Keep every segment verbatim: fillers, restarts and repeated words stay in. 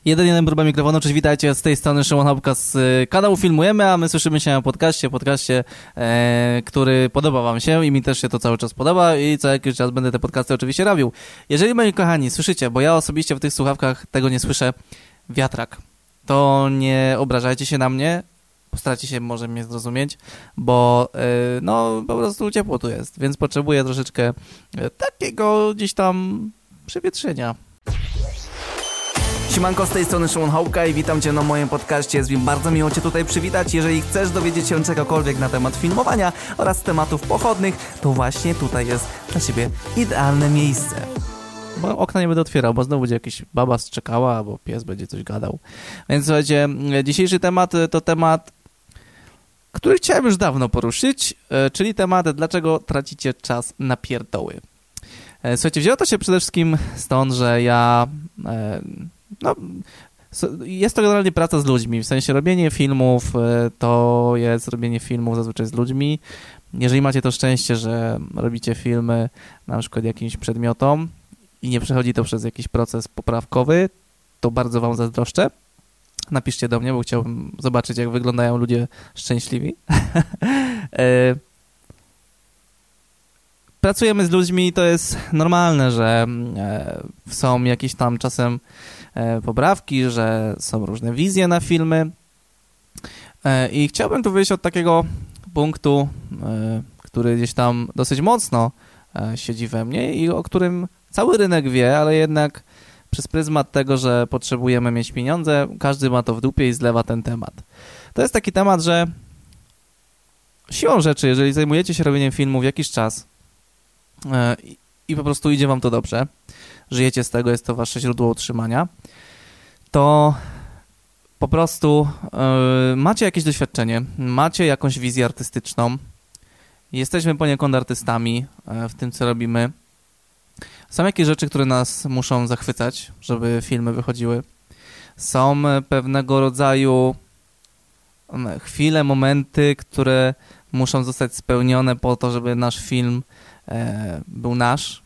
Jeden, jeden próba mikrofonu, cześć, witajcie, z tej strony Szymon Hopka z y, kanału Filmujemy, a my słyszymy się na podcaście, podcaście, e, który podoba wam się i mi też się to cały czas podoba i co jakiś czas będę te podcasty oczywiście robił. Jeżeli, moi kochani, słyszycie, bo ja osobiście w tych słuchawkach tego nie słyszę, wiatrak, to nie obrażajcie się na mnie, postaracie się może mnie zrozumieć, bo y, no po prostu ciepło tu jest, więc potrzebuję troszeczkę y, takiego gdzieś tam przewietrzenia. Siemanko, z tej strony Szymon Hopka i witam Cię na moim podcaście. Jest mi bardzo miło Cię tutaj przywitać. Jeżeli chcesz dowiedzieć się czegokolwiek na temat filmowania oraz tematów pochodnych, to właśnie tutaj jest dla Ciebie idealne miejsce. Bo okna nie będę otwierał, bo znowu będzie jakiś baba strzekała, albo pies będzie coś gadał. Więc słuchajcie, dzisiejszy temat to temat, który chciałem już dawno poruszyć, czyli temat, dlaczego tracicie czas na pierdoły. Słuchajcie, wzięło to się przede wszystkim stąd, że ja... No, jest to generalnie praca z ludźmi, w sensie robienie filmów to jest robienie filmów zazwyczaj z ludźmi. Jeżeli macie to szczęście, że robicie filmy na przykład jakimś przedmiotom i nie przechodzi to przez jakiś proces poprawkowy, to bardzo wam zazdroszczę. Napiszcie do mnie, bo chciałbym zobaczyć, jak wyglądają ludzie szczęśliwi. Pracujemy z ludźmi i to jest normalne, że są jakieś tam czasem poprawki, że są różne wizje na filmy i chciałbym tu wyjść od takiego punktu, który gdzieś tam dosyć mocno siedzi we mnie i o którym cały rynek wie, ale jednak przez pryzmat tego, że potrzebujemy mieć pieniądze, każdy ma to w dupie i zlewa ten temat. To jest taki temat, że siłą rzeczy, jeżeli zajmujecie się robieniem filmów jakiś czas i, i po prostu idzie wam to dobrze, żyjecie z tego, jest to wasze źródło utrzymania, to po prostu yy, macie jakieś doświadczenie, macie jakąś wizję artystyczną, jesteśmy poniekąd artystami yy, w tym, co robimy. Są jakieś rzeczy, które nas muszą zachwycać, żeby filmy wychodziły. Są pewnego rodzaju yy, chwile, momenty, które muszą zostać spełnione po to, żeby nasz film yy, był nasz.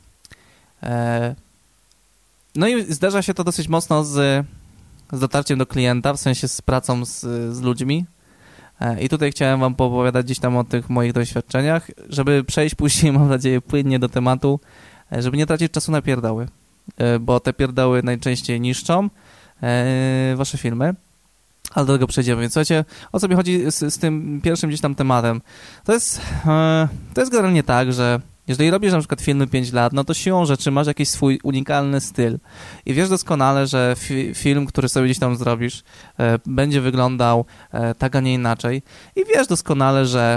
No i zdarza się to dosyć mocno z, z dotarciem do klienta, w sensie z pracą z, z ludźmi. I tutaj chciałem wam poopowiadać gdzieś tam o tych moich doświadczeniach, żeby przejść później, mam nadzieję, płynnie do tematu, żeby nie tracić czasu na pierdoły, bo te pierdoły najczęściej niszczą wasze filmy. Ale do tego przejdziemy. Więc słuchajcie, o co mi chodzi z, z tym pierwszym gdzieś tam tematem? To jest, to jest generalnie tak, że jeżeli robisz na przykład filmy pięć lat, no to siłą rzeczy masz jakiś swój unikalny styl i wiesz doskonale, że fi- film, który sobie gdzieś tam zrobisz, e, będzie wyglądał e, tak, a nie inaczej i wiesz doskonale, że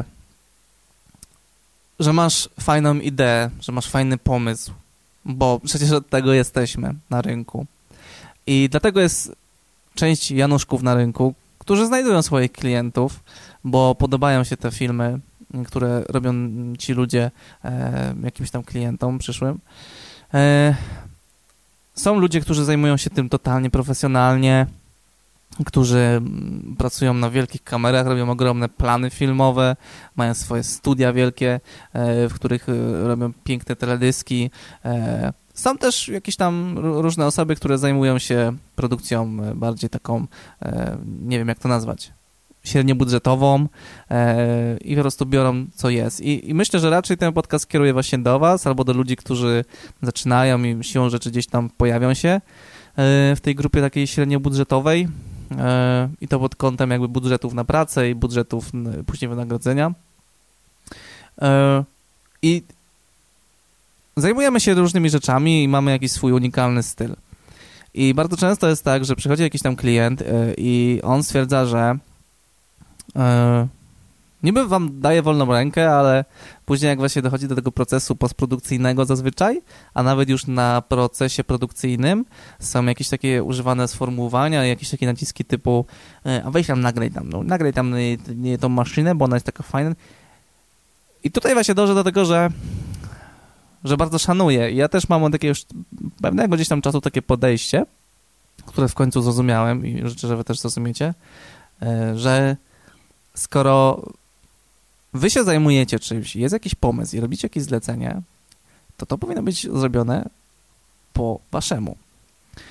że masz fajną ideę, że masz fajny pomysł, bo przecież od tego jesteśmy na rynku. I dlatego jest część Januszków na rynku, którzy znajdują swoich klientów, bo podobają się te filmy, które robią ci ludzie e, jakimś tam klientom przyszłym. E, są ludzie, którzy zajmują się tym totalnie profesjonalnie, którzy pracują na wielkich kamerach, robią ogromne plany filmowe, mają swoje studia wielkie, e, w których robią piękne teledyski. E, są też jakieś tam różne osoby, które zajmują się produkcją bardziej taką, e, nie wiem jak to nazwać, średniobudżetową e, i po prostu biorą co jest. I, I myślę, że raczej ten podcast kieruje właśnie do was albo do ludzi, którzy zaczynają i siłą rzeczy gdzieś tam pojawią się e, w tej grupie takiej średniobudżetowej e, i to pod kątem jakby budżetów na pracę i budżetów n, później wynagrodzenia. E, I zajmujemy się różnymi rzeczami i mamy jakiś swój unikalny styl. I bardzo często jest tak, że przychodzi jakiś tam klient e, i on stwierdza, że Yy, niby wam daje wolną rękę, ale później jak właśnie dochodzi do tego procesu postprodukcyjnego zazwyczaj, a nawet już na procesie produkcyjnym są jakieś takie używane sformułowania, jakieś takie naciski typu yy, a weź tam nagraj tam, no, nagraj tam nie, nie tą maszynę, bo ona jest taka fajna. I tutaj właśnie dążę do tego, że że bardzo szanuję. I ja też mam od jakiegoś pewnego gdzieś tam czasu takie podejście, które w końcu zrozumiałem i życzę, że wy też zrozumiecie, yy, że skoro wy się zajmujecie czymś, jest jakiś pomysł i robicie jakieś zlecenie, to to powinno być zrobione po waszemu.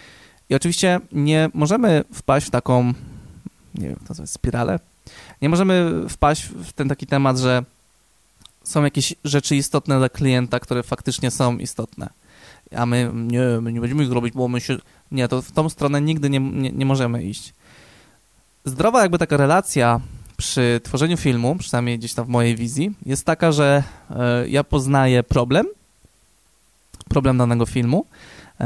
I oczywiście nie możemy wpaść w taką, nie wiem, to jest spiralę, nie możemy wpaść w ten taki temat, że są jakieś rzeczy istotne dla klienta, które faktycznie są istotne. A my nie, my nie będziemy ich robić, bo my się... Nie, to w tą stronę nigdy nie, nie, nie możemy iść. Zdrowa jakby taka relacja przy tworzeniu filmu, przynajmniej gdzieś tam w mojej wizji, jest taka, że y, ja poznaję problem, problem danego filmu y,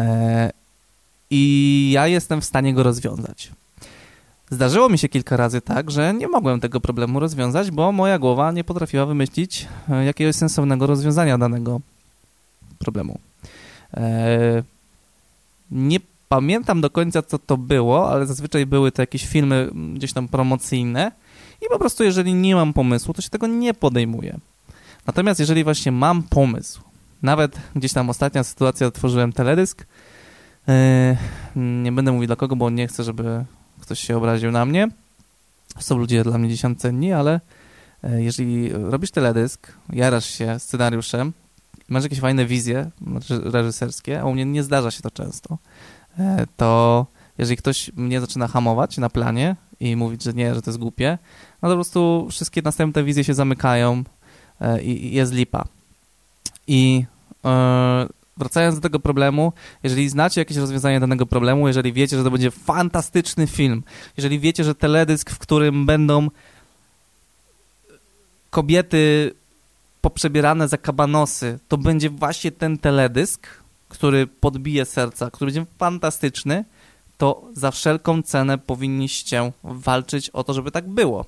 i ja jestem w stanie go rozwiązać. Zdarzyło mi się kilka razy tak, że nie mogłem tego problemu rozwiązać, bo moja głowa nie potrafiła wymyślić y, jakiegoś sensownego rozwiązania danego problemu. Y, nie pamiętam do końca, co to było, ale zazwyczaj były to jakieś filmy gdzieś tam promocyjne i po prostu jeżeli nie mam pomysłu, to się tego nie podejmuję. Natomiast jeżeli właśnie mam pomysł, nawet gdzieś tam ostatnia sytuacja, otworzyłem teledysk, yy, nie będę mówił dla kogo, bo nie chcę, żeby ktoś się obraził na mnie. Są ludzie dla mnie dziesiąt cenni, ale yy, jeżeli robisz teledysk, jarasz się scenariuszem, masz jakieś fajne wizje reżyserskie, a u mnie nie zdarza się to często, to jeżeli ktoś mnie zaczyna hamować na planie i mówić, że nie, że to jest głupie, no to po prostu wszystkie następne wizje się zamykają i, i jest lipa. I e, wracając do tego problemu, jeżeli znacie jakieś rozwiązanie danego problemu, jeżeli wiecie, że to będzie fantastyczny film, jeżeli wiecie, że teledysk, w którym będą kobiety poprzebierane za kabanosy, to będzie właśnie ten teledysk, który podbije serca, który będzie fantastyczny, to za wszelką cenę powinniście walczyć o to, żeby tak było.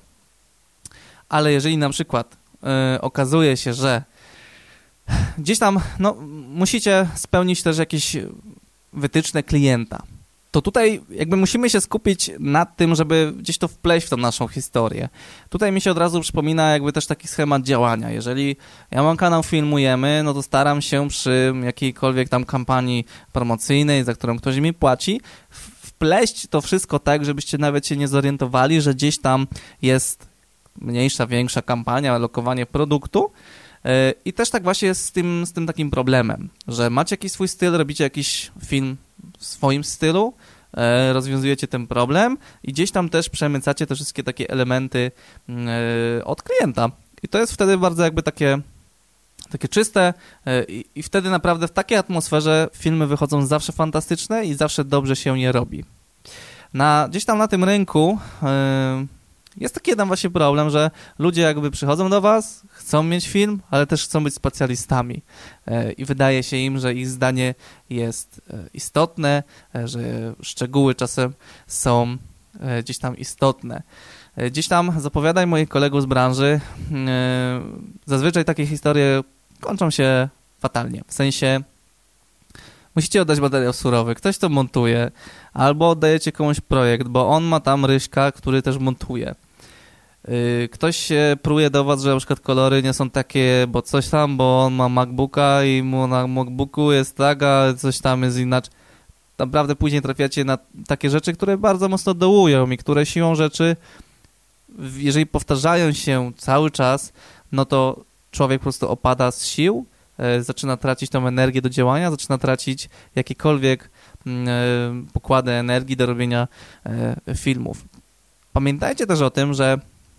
Ale jeżeli na przykład yy, okazuje się, że gdzieś tam no, musicie spełnić też jakieś wytyczne klienta, to tutaj jakby musimy się skupić nad tym, żeby gdzieś to wpleść w tą naszą historię. Tutaj mi się od razu przypomina jakby też taki schemat działania. Jeżeli ja mam kanał Filmujemy, no to staram się przy jakiejkolwiek tam kampanii promocyjnej, za którą ktoś mi płaci, wpleść to wszystko tak, żebyście nawet się nie zorientowali, że gdzieś tam jest mniejsza, większa kampania, lokowanie produktu. I też tak właśnie jest z tym, z tym takim problemem, że macie jakiś swój styl, robicie jakiś film w swoim stylu, e, rozwiązujecie ten problem i gdzieś tam też przemycacie te wszystkie takie elementy e, od klienta. I to jest wtedy bardzo jakby takie, takie czyste e, i, i wtedy naprawdę w takiej atmosferze filmy wychodzą zawsze fantastyczne i zawsze dobrze się je robi. Na, gdzieś tam na tym rynku e, jest taki jeden właśnie problem, że ludzie jakby przychodzą do was, chcą mieć film, ale też chcą być specjalistami i wydaje się im, że ich zdanie jest istotne, że szczegóły czasem są gdzieś tam istotne. Gdzieś tam zapowiadaj moich kolegów z branży, zazwyczaj takie historie kończą się fatalnie, w sensie musicie oddać materiał surowy, ktoś to montuje, albo oddajecie komuś projekt, bo on ma tam Ryśka, który też montuje. Ktoś się pruje do was, że na przykład kolory nie są takie, bo coś tam, bo on ma MacBooka i mu na MacBooku jest tak, a coś tam jest inaczej. Naprawdę później trafiacie na takie rzeczy, które bardzo mocno dołują i które siłą rzeczy, jeżeli powtarzają się cały czas, no to człowiek po prostu opada z sił, zaczyna tracić tą energię do działania, zaczyna tracić jakiekolwiek pokłady energii do robienia filmów. Pamiętajcie też o tym, że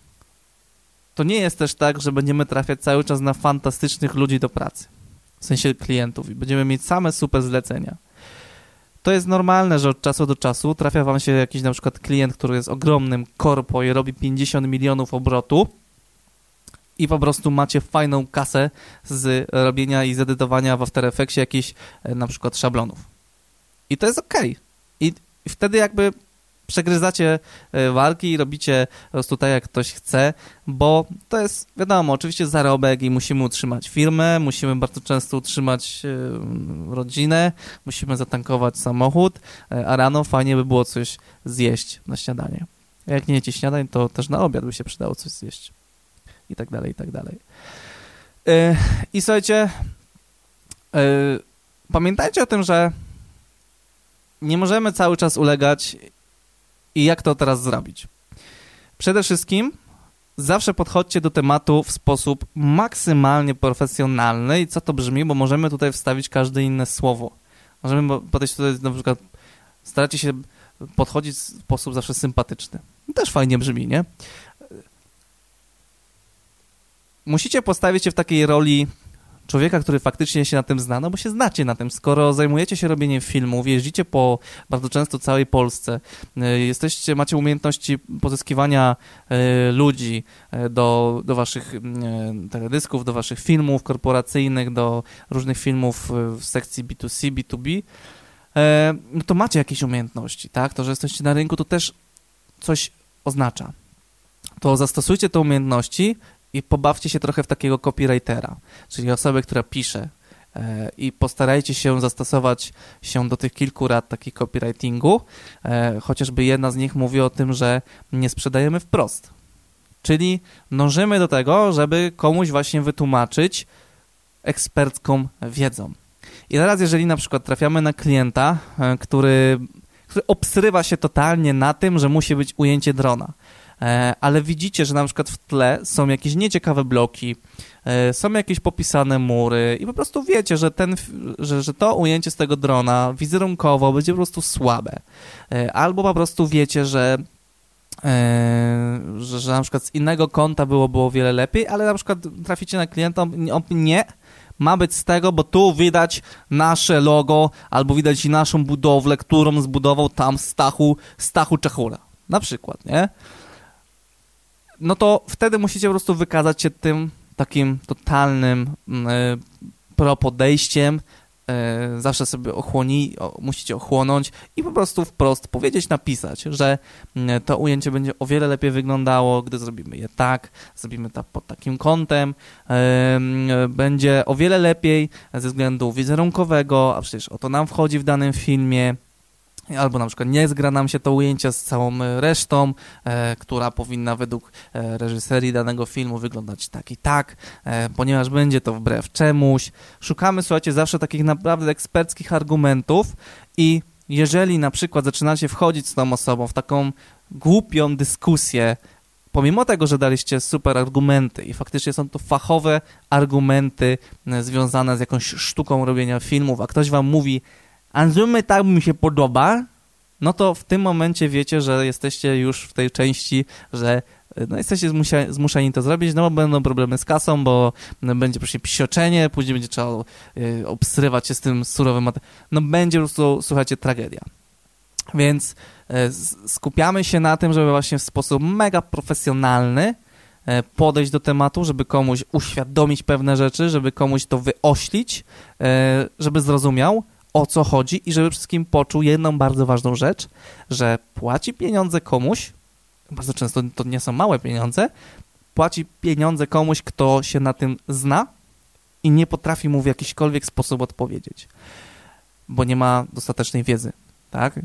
to nie jest też tak, że będziemy trafiać cały czas na fantastycznych ludzi do pracy, w sensie klientów i będziemy mieć same super zlecenia. To jest normalne, że od czasu do czasu trafia wam się jakiś na przykład klient, który jest ogromnym korpo i robi pięćdziesiąt milionów obrotu i po prostu macie fajną kasę z robienia i z edytowania w After Effectsie jakichś na przykład szablonów. I to jest okej. Okay. I wtedy jakby przegryzacie walki i robicie po prostu tak, jak ktoś chce, bo to jest, wiadomo, oczywiście zarobek i musimy utrzymać firmę, musimy bardzo często utrzymać rodzinę, musimy zatankować samochód, a rano fajnie by było coś zjeść na śniadanie. Jak nie jecie śniadań, to też na obiad by się przydało coś zjeść. I tak dalej, i tak dalej. I słuchajcie, pamiętajcie o tym, że nie możemy cały czas ulegać. I jak to teraz zrobić? Przede wszystkim zawsze podchodźcie do tematu w sposób maksymalnie profesjonalny. I co to brzmi? Bo możemy tutaj wstawić każde inne słowo. Możemy podejść tutaj na przykład staracie się podchodzić w sposób zawsze sympatyczny. Też fajnie brzmi, nie? Musicie postawić się w takiej roli człowieka, który faktycznie się na tym zna, no bo się znacie na tym. Skoro zajmujecie się robieniem filmów, jeździcie po bardzo często całej Polsce, jesteście, macie umiejętności pozyskiwania ludzi do, do waszych teledysków, do waszych filmów korporacyjnych, do różnych filmów w sekcji B dwa C, B dwa B, no to macie jakieś umiejętności, tak? To, że jesteście na rynku, to też coś oznacza. To zastosujcie te umiejętności i pobawcie się trochę w takiego copywritera, czyli osobę, która pisze, e, i postarajcie się zastosować się do tych kilku rad takich copywritingu, e, chociażby jedna z nich mówi o tym, że nie sprzedajemy wprost, czyli dążymy do tego, żeby komuś właśnie wytłumaczyć ekspercką wiedzą. I teraz, jeżeli na przykład trafiamy na klienta, e, który, który obsrywa się totalnie na tym, że musi być ujęcie drona, ale widzicie, że na przykład w tle są jakieś nieciekawe bloki, są jakieś popisane mury i po prostu wiecie, że, ten, że, że to ujęcie z tego drona wizerunkowo będzie po prostu słabe. Albo po prostu wiecie, że, że, że na przykład z innego kąta byłoby o wiele lepiej, ale na przykład traficie na klienta, nie, ma być z tego, bo tu widać nasze logo, albo widać i naszą budowlę, którą zbudował tam Stachu, Stachu Czechura. Na przykład, nie? No to wtedy musicie po prostu wykazać się tym takim totalnym y, pro-podejściem, y, zawsze sobie ochłoni, o, musicie ochłonąć i po prostu wprost powiedzieć, napisać, że y, to ujęcie będzie o wiele lepiej wyglądało, gdy zrobimy je tak, zrobimy to pod takim kątem, y, y, będzie o wiele lepiej ze względu wizerunkowego, a przecież o to nam wchodzi w danym filmie, albo na przykład nie zgra nam się to ujęcie z całą resztą, e, która powinna według e, reżyserii danego filmu wyglądać tak i tak, e, ponieważ będzie to wbrew czemuś. Szukamy, słuchajcie, zawsze takich naprawdę eksperckich argumentów i jeżeli na przykład zaczynacie wchodzić z tą osobą w taką głupią dyskusję, pomimo tego, że daliście super argumenty i faktycznie są to fachowe argumenty e, związane z jakąś sztuką robienia filmów, a ktoś wam mówi, a zróbmy tak, mi się podoba, no to w tym momencie wiecie, że jesteście już w tej części, że no jesteście zmusia, zmuszeni to zrobić, no bo będą problemy z kasą, bo będzie proszę pisioczenie, później będzie trzeba y, obsrywać się z tym surowym materiałem. No będzie po prostu, słuchajcie, tragedia. Więc y, skupiamy się na tym, żeby właśnie w sposób mega profesjonalny y, podejść do tematu, żeby komuś uświadomić pewne rzeczy, żeby komuś to wyoślić, y, żeby zrozumiał, o co chodzi i żeby wszystkim poczuł jedną bardzo ważną rzecz, że płaci pieniądze komuś, bardzo często to nie są małe pieniądze, płaci pieniądze komuś, kto się na tym zna i nie potrafi mu w jakikolwiek sposób odpowiedzieć, bo nie ma dostatecznej wiedzy, tak?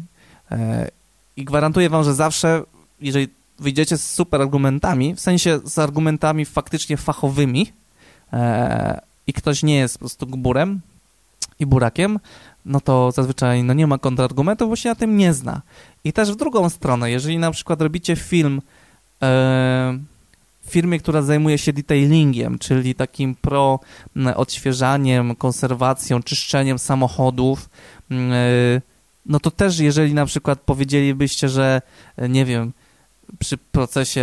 I gwarantuję wam, że zawsze, jeżeli wyjdziecie z super argumentami, w sensie z argumentami faktycznie fachowymi i ktoś nie jest po prostu gburem i burakiem, no to zazwyczaj no nie ma kontrargumentów, bo się na tym nie zna. I też w drugą stronę, jeżeli na przykład robicie film e, w firmie, która zajmuje się detailingiem, czyli takim pro odświeżaniem, konserwacją, czyszczeniem samochodów, e, no to też jeżeli na przykład powiedzielibyście, że nie wiem, przy procesie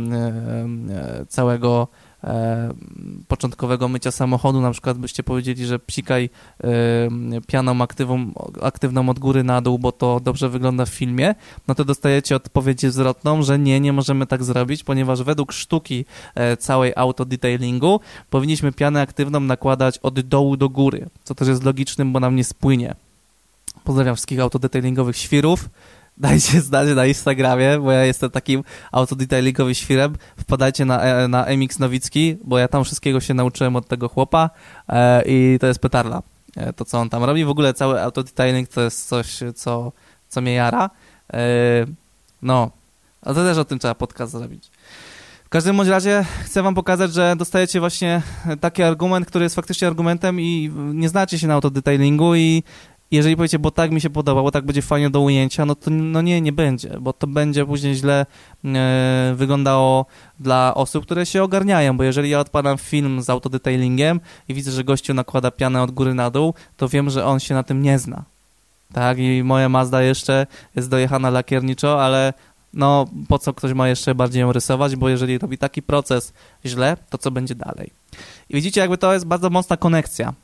e, całego E, początkowego mycia samochodu, na przykład byście powiedzieli, że psikaj e, pianą aktywą, aktywną od góry na dół, bo to dobrze wygląda w filmie, no to dostajecie odpowiedź zwrotną, że nie, nie możemy tak zrobić, ponieważ według sztuki e, całej autodetailingu powinniśmy pianę aktywną nakładać od dołu do góry, co też jest logicznym, bo nam nie spłynie. Pozdrawiam wszystkich autodetailingowych świrów. Dajcie znać na Instagramie, bo ja jestem takim autodetailingowym świrem. Wpadajcie na, na M X Nowicki, bo ja tam wszystkiego się nauczyłem od tego chłopa e, i to jest petarda. E, to, co on tam robi. W ogóle cały autodetailing to jest coś, co, co mnie jara. E, no, ale to też o tym trzeba podcast zrobić. W każdym bądź razie chcę wam pokazać, że dostajecie właśnie taki argument, który jest faktycznie argumentem i nie znacie się na autodetailingu i jeżeli powiecie, bo tak mi się podoba, bo tak będzie fajnie do ujęcia, no to no nie, nie będzie, bo to będzie później źle e, wyglądało dla osób, które się ogarniają, bo jeżeli ja odpalam film z autodetailingiem i widzę, że gościu nakłada pianę od góry na dół, to wiem, że on się na tym nie zna. tak, i moja Mazda jeszcze jest dojechana lakierniczo, ale no po co ktoś ma jeszcze bardziej ją rysować, bo jeżeli robi taki proces źle, to co będzie dalej? I widzicie, jakby to jest bardzo mocna konekcja.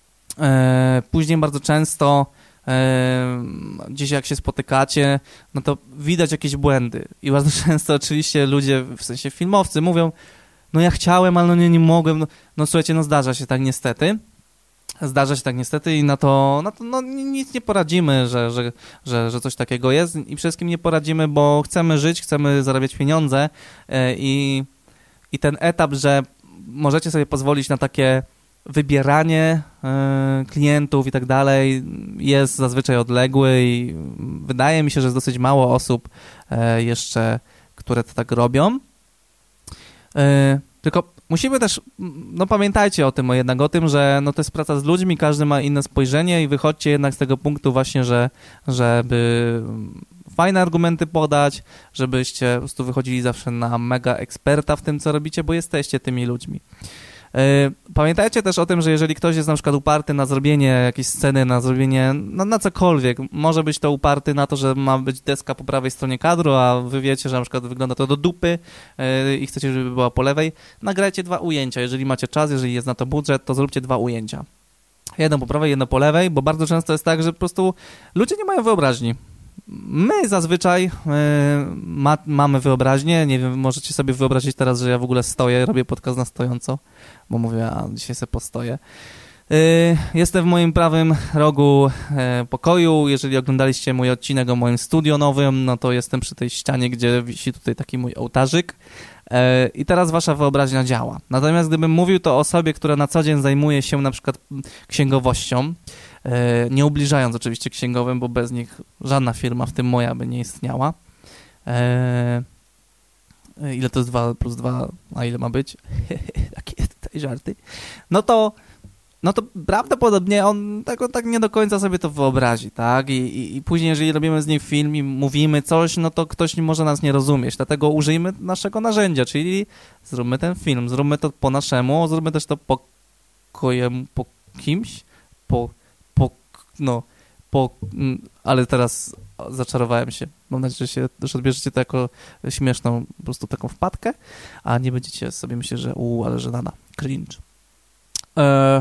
E, później bardzo często e, gdzieś jak się spotykacie, no to widać jakieś błędy i bardzo często oczywiście ludzie, w sensie filmowcy mówią, no ja chciałem, ale no nie, nie mogłem, no, no słuchajcie, no zdarza się tak niestety. Zdarza się tak niestety i na to, na to no, nic nie poradzimy, że, że, że, że coś takiego jest i przede wszystkim nie poradzimy, bo chcemy żyć, chcemy zarabiać pieniądze i, i ten etap, że możecie sobie pozwolić na takie wybieranie y, klientów i tak dalej jest zazwyczaj odległy i wydaje mi się, że jest dosyć mało osób y, jeszcze, które to tak robią. Y, tylko musimy też, no pamiętajcie o tym, o jednak o tym, że no to jest praca z ludźmi, każdy ma inne spojrzenie i wychodźcie jednak z tego punktu właśnie, że żeby fajne argumenty podać, żebyście po prostu wychodzili zawsze na mega eksperta w tym, co robicie, bo jesteście tymi ludźmi. Pamiętajcie też o tym, że jeżeli ktoś jest na przykład uparty na zrobienie jakiejś sceny, na zrobienie, no, na cokolwiek, może być to uparty na to, że ma być deska po prawej stronie kadru, a wy wiecie, że na przykład wygląda to do dupy yy, i chcecie, żeby była po lewej, nagrajcie dwa ujęcia. Jeżeli macie czas, jeżeli jest na to budżet, to zróbcie dwa ujęcia. Jedno po prawej, jedno po lewej, bo bardzo często jest tak, że po prostu ludzie nie mają wyobraźni. My zazwyczaj y, ma, mamy wyobraźnię, nie wiem, możecie sobie wyobrazić teraz, że ja w ogóle stoję, robię podcast na stojąco, bo mówię, a dzisiaj sobie postoję. Y, jestem w moim prawym rogu y, pokoju, jeżeli oglądaliście mój odcinek o moim studio nowym, no to jestem przy tej ścianie, gdzie wisi tutaj taki mój ołtarzyk y, i teraz wasza wyobraźnia działa. Natomiast gdybym mówił to osobie, która na co dzień zajmuje się na przykład księgowością, nie ubliżając oczywiście księgowym, bo bez nich żadna firma, w tym moja, by nie istniała. Eee, ile to jest dwa plus dwa, a ile ma być? Takie tutaj żarty. No to, no to prawdopodobnie on tak, on tak nie do końca sobie to wyobrazi, tak? I, i, I później, jeżeli robimy z nim film i mówimy coś, no to ktoś może nas nie rozumieć. Dlatego użyjmy naszego narzędzia, czyli zróbmy ten film, zróbmy to po naszemu, zróbmy też to po kojem, po kimś, po Po, no, po, ale teraz zaczarowałem się. Mam nadzieję, że, się, że odbierzecie to jako śmieszną po prostu taką wpadkę, a nie będziecie sobie myśleć, że u, ale że nada, cringe. Eee,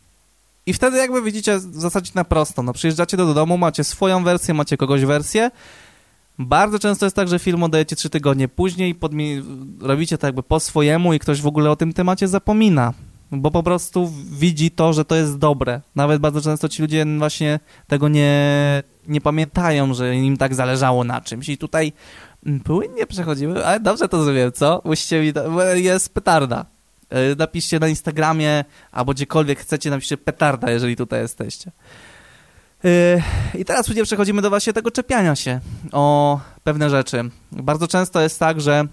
I wtedy jakby widzicie w zasadzie na prosto. No, przyjeżdżacie do domu, macie swoją wersję, macie kogoś wersję. Bardzo często jest tak, że film oddajecie trzy tygodnie później, podmi- robicie to jakby po swojemu i ktoś w ogóle o tym temacie zapomina. Bo po prostu widzi to, że to jest dobre. Nawet bardzo często ci ludzie właśnie tego nie, nie pamiętają, że im tak zależało na czymś. I tutaj płynnie przechodzimy, ale dobrze to zrobiłem, co? Musicie mi... Jest petarda. Napiszcie na Instagramie, albo gdziekolwiek chcecie, napiszcie petarda, jeżeli tutaj jesteście. I teraz później przechodzimy do właśnie tego czepiania się o pewne rzeczy. Bardzo często jest tak, że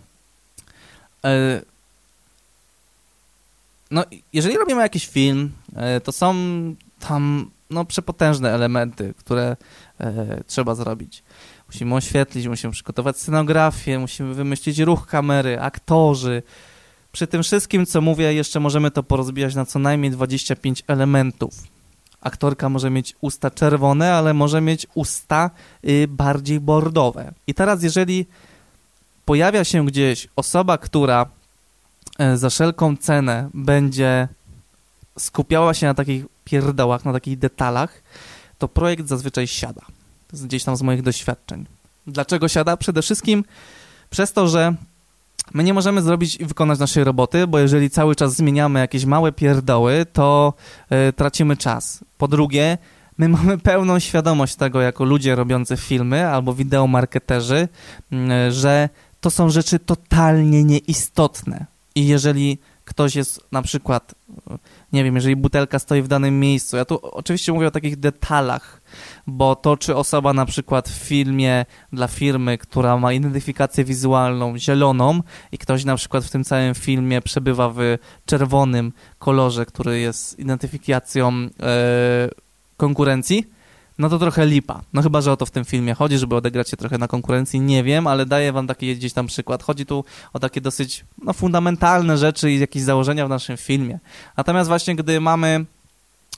no, jeżeli robimy jakiś film, to są tam no, przepotężne elementy, które e, trzeba zrobić. Musimy oświetlić, musimy przygotować scenografię, musimy wymyślić ruch kamery, aktorzy. Przy tym wszystkim, co mówię, jeszcze możemy to porozbijać na co najmniej dwadzieścia pięć elementów. Aktorka może mieć usta czerwone, ale może mieć usta y, bardziej bordowe. I teraz, jeżeli pojawia się gdzieś osoba, która za wszelką cenę będzie skupiała się na takich pierdołach, na takich detalach, to projekt zazwyczaj siada. To jest gdzieś tam z moich doświadczeń. Dlaczego siada? Przede wszystkim przez to, że my nie możemy zrobić i wykonać naszej roboty, bo jeżeli cały czas zmieniamy jakieś małe pierdoły, to y, tracimy czas. Po drugie, my mamy pełną świadomość tego, jako ludzie robiący filmy albo wideomarketerzy, y, że to są rzeczy totalnie nieistotne. I jeżeli ktoś jest na przykład, nie wiem, jeżeli butelka stoi w danym miejscu, ja tu oczywiście mówię o takich detalach, bo to, czy osoba na przykład w filmie dla firmy, która ma identyfikację wizualną zieloną i ktoś na przykład w tym całym filmie przebywa w czerwonym kolorze, który jest identyfikacją e, konkurencji, no to trochę lipa. No chyba, że o to w tym filmie chodzi, żeby odegrać się trochę na konkurencji, nie wiem, ale daję wam taki gdzieś tam przykład. Chodzi tu o takie dosyć no, fundamentalne rzeczy i jakieś założenia w naszym filmie. Natomiast właśnie, gdy mamy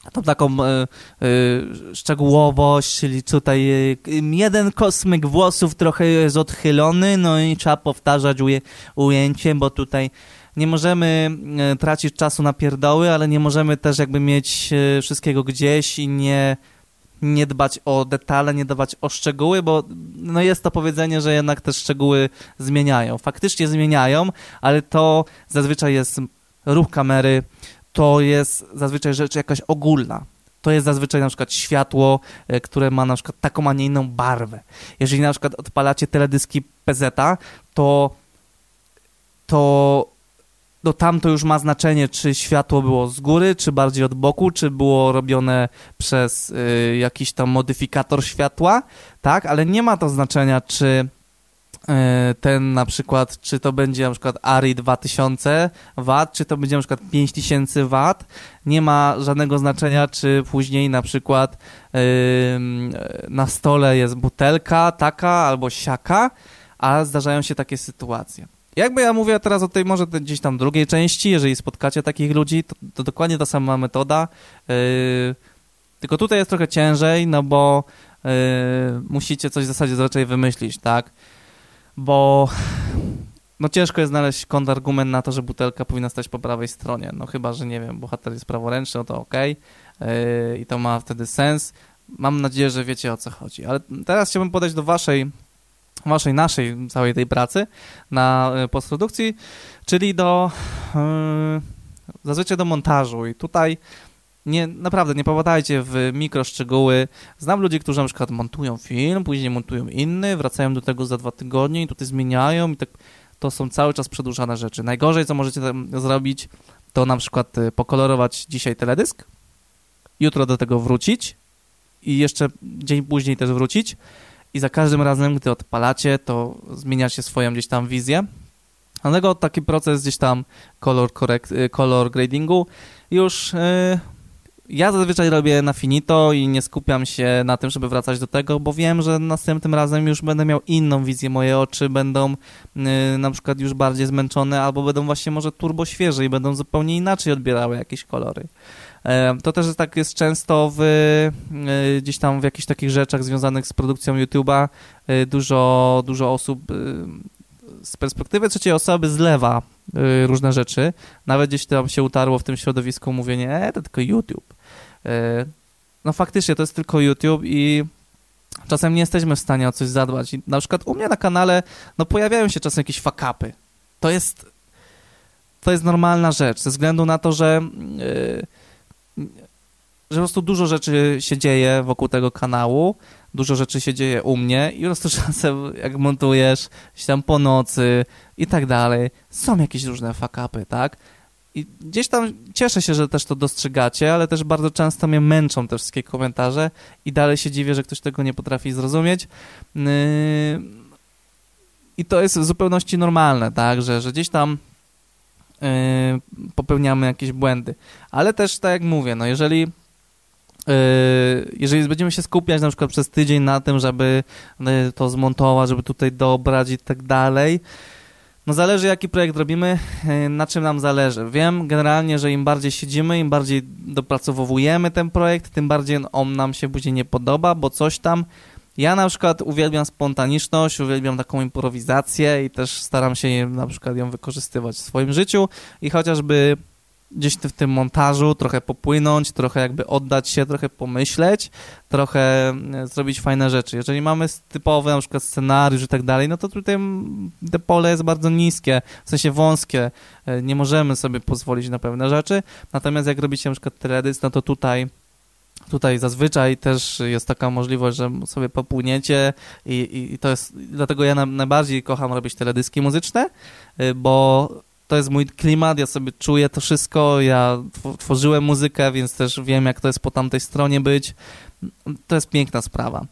tą taką y, y, szczegółowość, czyli tutaj y, jeden kosmyk włosów trochę jest odchylony, no i trzeba powtarzać uje, ujęcie, bo tutaj nie możemy y, tracić czasu na pierdoły, ale nie możemy też jakby mieć y, wszystkiego gdzieś i nie, nie dbać o detale, nie dbać o szczegóły, bo no jest to powiedzenie, że jednak te szczegóły zmieniają. Faktycznie zmieniają, ale to zazwyczaj jest ruch kamery, to jest zazwyczaj rzecz jakaś ogólna. To jest zazwyczaj na przykład światło, które ma na przykład taką, a nie inną barwę. Jeżeli na przykład odpalacie teledyski P Z a, to, to no tam to już ma znaczenie, czy światło było z góry, czy bardziej od boku, czy było robione przez y, jakiś tam modyfikator światła, tak? Ale nie ma to znaczenia, czy ten na przykład, czy to będzie na przykład A R I dwa tysiące watów, czy to będzie na przykład pięć tysięcy watów, nie ma żadnego znaczenia, czy później na przykład yy, na stole jest butelka taka albo siaka, a zdarzają się takie sytuacje. Jakby ja mówię teraz o tej może gdzieś tam drugiej części, jeżeli spotkacie takich ludzi, to, to dokładnie ta sama metoda, yy, tylko tutaj jest trochę ciężej, no bo yy, musicie coś w zasadzie raczej wymyślić, tak? Bo no ciężko jest znaleźć kontrargument na to, że butelka powinna stać po prawej stronie. No chyba, że nie wiem, bohater jest praworęczny, no to okej. Okay. I to ma wtedy sens. Mam nadzieję, że wiecie, o co chodzi. Ale teraz chciałbym podejść do waszej, waszej, naszej całej tej pracy na postprodukcji, czyli do yy, zazwyczaj do montażu. I tutaj nie, naprawdę nie popadajcie w mikroszczegóły. Znam ludzi, którzy na przykład montują film, później montują inny, wracają do tego za dwa tygodnie i tutaj zmieniają i tak to są cały czas przedłużane rzeczy. Najgorzej, co możecie tam zrobić, to na przykład pokolorować dzisiaj teledysk, jutro do tego wrócić i jeszcze dzień później też wrócić i za każdym razem, gdy odpalacie, to zmieniacie swoją gdzieś tam wizję. Dlatego taki proces gdzieś tam color, correct, color gradingu już... Yy, Ja zazwyczaj robię na finito i nie skupiam się na tym, żeby wracać do tego, bo wiem, że następnym razem już będę miał inną wizję, moje oczy będą yy, na przykład już bardziej zmęczone albo będą właśnie może turbo świeże i będą zupełnie inaczej odbierały jakieś kolory. Yy, to też tak jest często w, yy, gdzieś tam w jakichś takich rzeczach związanych z produkcją YouTube'a. Yy, dużo, dużo osób yy, z perspektywy trzeciej osoby zlewa yy, różne rzeczy. Nawet gdzieś tam się utarło w tym środowisku mówienie, e, to tylko YouTube. No faktycznie to jest tylko YouTube i czasem nie jesteśmy w stanie o coś zadbać. I na przykład u mnie na kanale no pojawiają się czasem jakieś fuck-upy. To jest to jest normalna rzecz, ze względu na to, że yy, że po prostu dużo rzeczy się dzieje wokół tego kanału, dużo rzeczy się dzieje u mnie i po prostu czasem jak montujesz się tam po nocy i tak dalej, są jakieś różne fuck-upy, tak? I gdzieś tam cieszę się, że też to dostrzegacie, ale też bardzo często mnie męczą te wszystkie komentarze i dalej się dziwię, że ktoś tego nie potrafi zrozumieć. Yy... I to jest w zupełności normalne, tak, że, że gdzieś tam yy, popełniamy jakieś błędy. Ale też, tak jak mówię, no jeżeli, yy, jeżeli będziemy się skupiać na przykład przez tydzień na tym, żeby to zmontować, żeby tutaj dobrać i tak dalej, no zależy, jaki projekt robimy, na czym nam zależy. Wiem generalnie, że im bardziej siedzimy, im bardziej dopracowujemy ten projekt, tym bardziej on nam się później nie podoba, bo coś tam... Ja na przykład uwielbiam spontaniczność, uwielbiam taką improwizację i też staram się na przykład ją wykorzystywać w swoim życiu i chociażby gdzieś w tym montażu trochę popłynąć, trochę jakby oddać się, trochę pomyśleć, trochę zrobić fajne rzeczy. Jeżeli mamy typowy na przykład scenariusz i tak dalej, no to tutaj te pole jest bardzo niskie, w sensie wąskie, nie możemy sobie pozwolić na pewne rzeczy, natomiast jak robicie na przykład teledysk, no to tutaj Tutaj zazwyczaj też jest taka możliwość, że sobie popłyniecie i, i, i to jest, dlatego ja na, najbardziej kocham robić teledyski muzyczne, bo to jest mój klimat, ja sobie czuję to wszystko, ja tworzyłem muzykę, więc też wiem, jak to jest po tamtej stronie być. To jest piękna sprawa.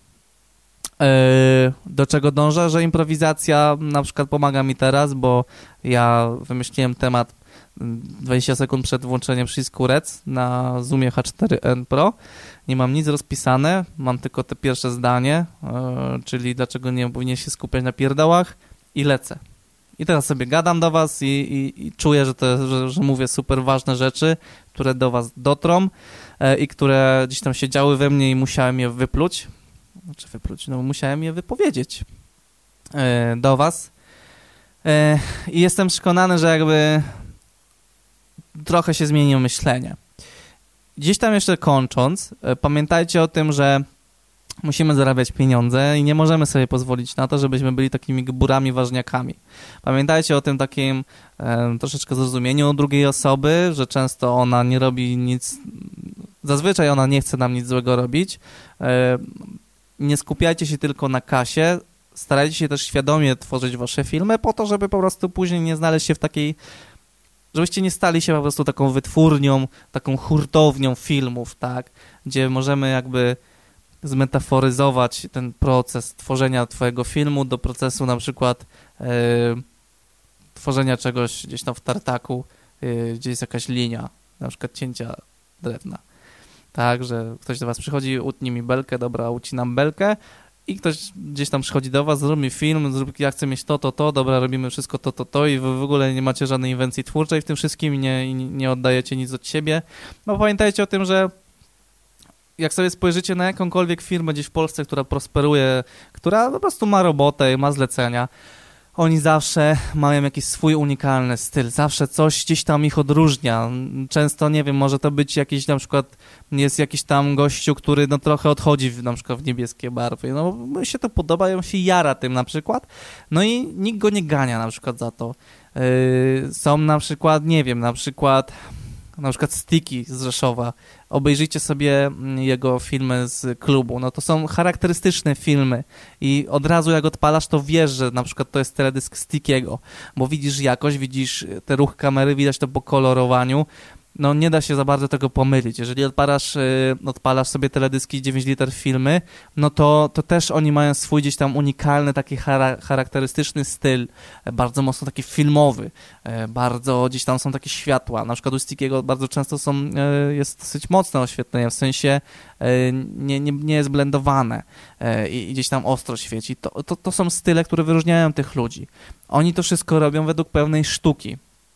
Do czego dążę? Że improwizacja na przykład pomaga mi teraz, bo ja wymyśliłem temat dwadzieścia sekund przed włączeniem przycisku Rec na Zoomie H cztery N Pro. Nie mam nic rozpisane, mam tylko te pierwsze zdanie, yy, czyli dlaczego nie powinien się skupiać na pierdołach i lecę. I teraz sobie gadam do was i, i, i czuję, że, to, że, że mówię super ważne rzeczy, które do was dotrą. i które gdzieś tam siedziały we mnie i musiałem je wypluć, znaczy wypluć, no musiałem je wypowiedzieć do was. I jestem przekonany, że jakby trochę się zmieniło myślenie. Gdzieś tam jeszcze kończąc, pamiętajcie o tym, że musimy zarabiać pieniądze i nie możemy sobie pozwolić na to, żebyśmy byli takimi gburami, ważniakami. Pamiętajcie o tym takim e, troszeczkę zrozumieniu drugiej osoby, że często ona nie robi nic, zazwyczaj ona nie chce nam nic złego robić. E, nie skupiajcie się tylko na kasie, starajcie się też świadomie tworzyć wasze filmy po to, żeby po prostu później nie znaleźć się w takiej, żebyście nie stali się po prostu taką wytwórnią, taką hurtownią filmów, tak, gdzie możemy jakby zmetaforyzować ten proces tworzenia twojego filmu do procesu na przykład yy, tworzenia czegoś gdzieś tam w tartaku, yy, gdzie jest jakaś linia, na przykład cięcia drewna. Tak, że ktoś do was przychodzi, utnij mi belkę, dobra, ucinam belkę i ktoś gdzieś tam przychodzi do was, zrób mi film, zrób, ja chcę mieć to, to, to, dobra, robimy wszystko to, to, to i wy w ogóle nie macie żadnej inwencji twórczej w tym wszystkim i nie, nie oddajecie nic od siebie. No pamiętajcie o tym, że jak sobie spojrzycie na jakąkolwiek firmę gdzieś w Polsce, która prosperuje, która po prostu ma robotę, ma zlecenia, oni zawsze mają jakiś swój unikalny styl, zawsze coś gdzieś tam ich odróżnia. Często, nie wiem, może to być jakiś na przykład, jest jakiś tam gościu, który no trochę odchodzi w, na przykład w niebieskie barwy, no mu się to podoba i on się jara tym na przykład, no i nikt go nie gania na przykład za to. Yy, są na przykład, nie wiem, na przykład... na przykład Sticky z Rzeszowa. Obejrzyjcie sobie jego filmy z klubu. No to są charakterystyczne filmy i od razu jak odpalasz, to wiesz, że na przykład to jest teledysk Stickiego, bo widzisz jakość, widzisz te ruch kamery, widać to po kolorowaniu. No nie da się za bardzo tego pomylić. Jeżeli odpalasz, yy, odpalasz sobie teledyski dziewięć liter filmy, no to, to też oni mają swój gdzieś tam unikalny, taki chara- charakterystyczny styl, e, bardzo mocno taki filmowy, e, bardzo gdzieś tam są takie światła. Na przykład u Stickiego bardzo często są, e, jest dosyć mocne oświetlenie, w sensie e, nie, nie, nie jest blendowane e, i, i gdzieś tam ostro świeci. To, to, to są style, które wyróżniają tych ludzi. Oni to wszystko robią według pewnej sztuki.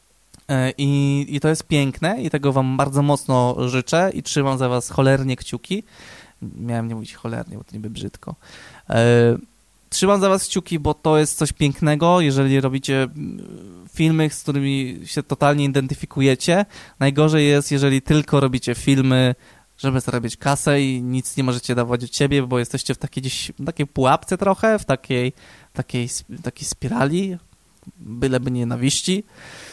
I, I to jest piękne i tego wam bardzo mocno życzę i trzymam za was cholernie kciuki. Miałem nie mówić cholernie, bo to niby brzydko. E, trzymam za was kciuki, bo to jest coś pięknego, jeżeli robicie filmy, z którymi się totalnie identyfikujecie. Najgorzej jest, jeżeli tylko robicie filmy, żeby zarabiać kasę i nic nie możecie dawać od siebie, bo jesteście w takiej gdzieś, w takiej pułapce trochę, w takiej, takiej, takiej spirali, byleby nienawiści.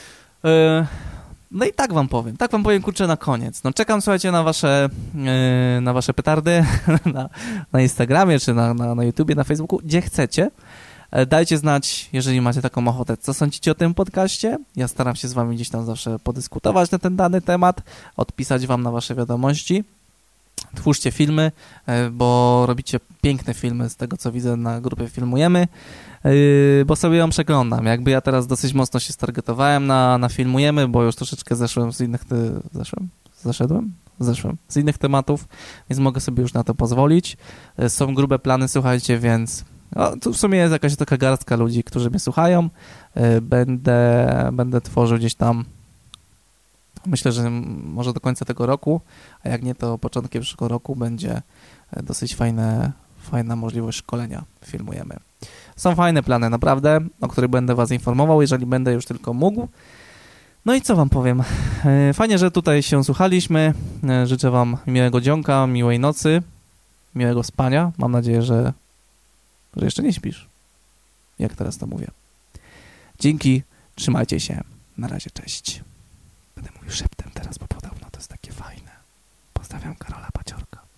No i tak wam powiem, tak wam powiem, kurczę, na koniec. No czekam, słuchajcie, na wasze, na wasze petardy na, na Instagramie, czy na, na, na YouTubie, na Facebooku, gdzie chcecie. Dajcie znać, jeżeli macie taką ochotę, co sądzicie o tym podcaście. Ja staram się z wami gdzieś tam zawsze podyskutować na ten dany temat, odpisać wam na wasze wiadomości. Twórzcie filmy, bo robicie piękne filmy z tego, co widzę na grupie Filmujemy, bo sobie ją przeglądam. Jakby ja teraz dosyć mocno się stargetowałem na, na Filmujemy, bo już troszeczkę zeszłem z innych... Ty... Zeszłem? Zeszedłem? Zeszłem. Z innych tematów, więc mogę sobie już na to pozwolić. Są grube plany, słuchajcie, więc... No, tu w sumie jest jakaś taka garstka ludzi, którzy mnie słuchają. Będę, będę tworzył gdzieś tam, myślę, że może do końca tego roku, a jak nie, to początkiem przyszłego roku będzie dosyć fajne, fajna możliwość szkolenia. Filmujemy. Są fajne plany, naprawdę, o których będę was informował, jeżeli będę już tylko mógł. No i co wam powiem? Fajnie, że tutaj się słuchaliśmy. Życzę wam miłego dzionka, miłej nocy, miłego spania. Mam nadzieję, że, że jeszcze nie śpisz, jak teraz to mówię. Dzięki, trzymajcie się. Na razie, cześć. Będę mówił szeptem.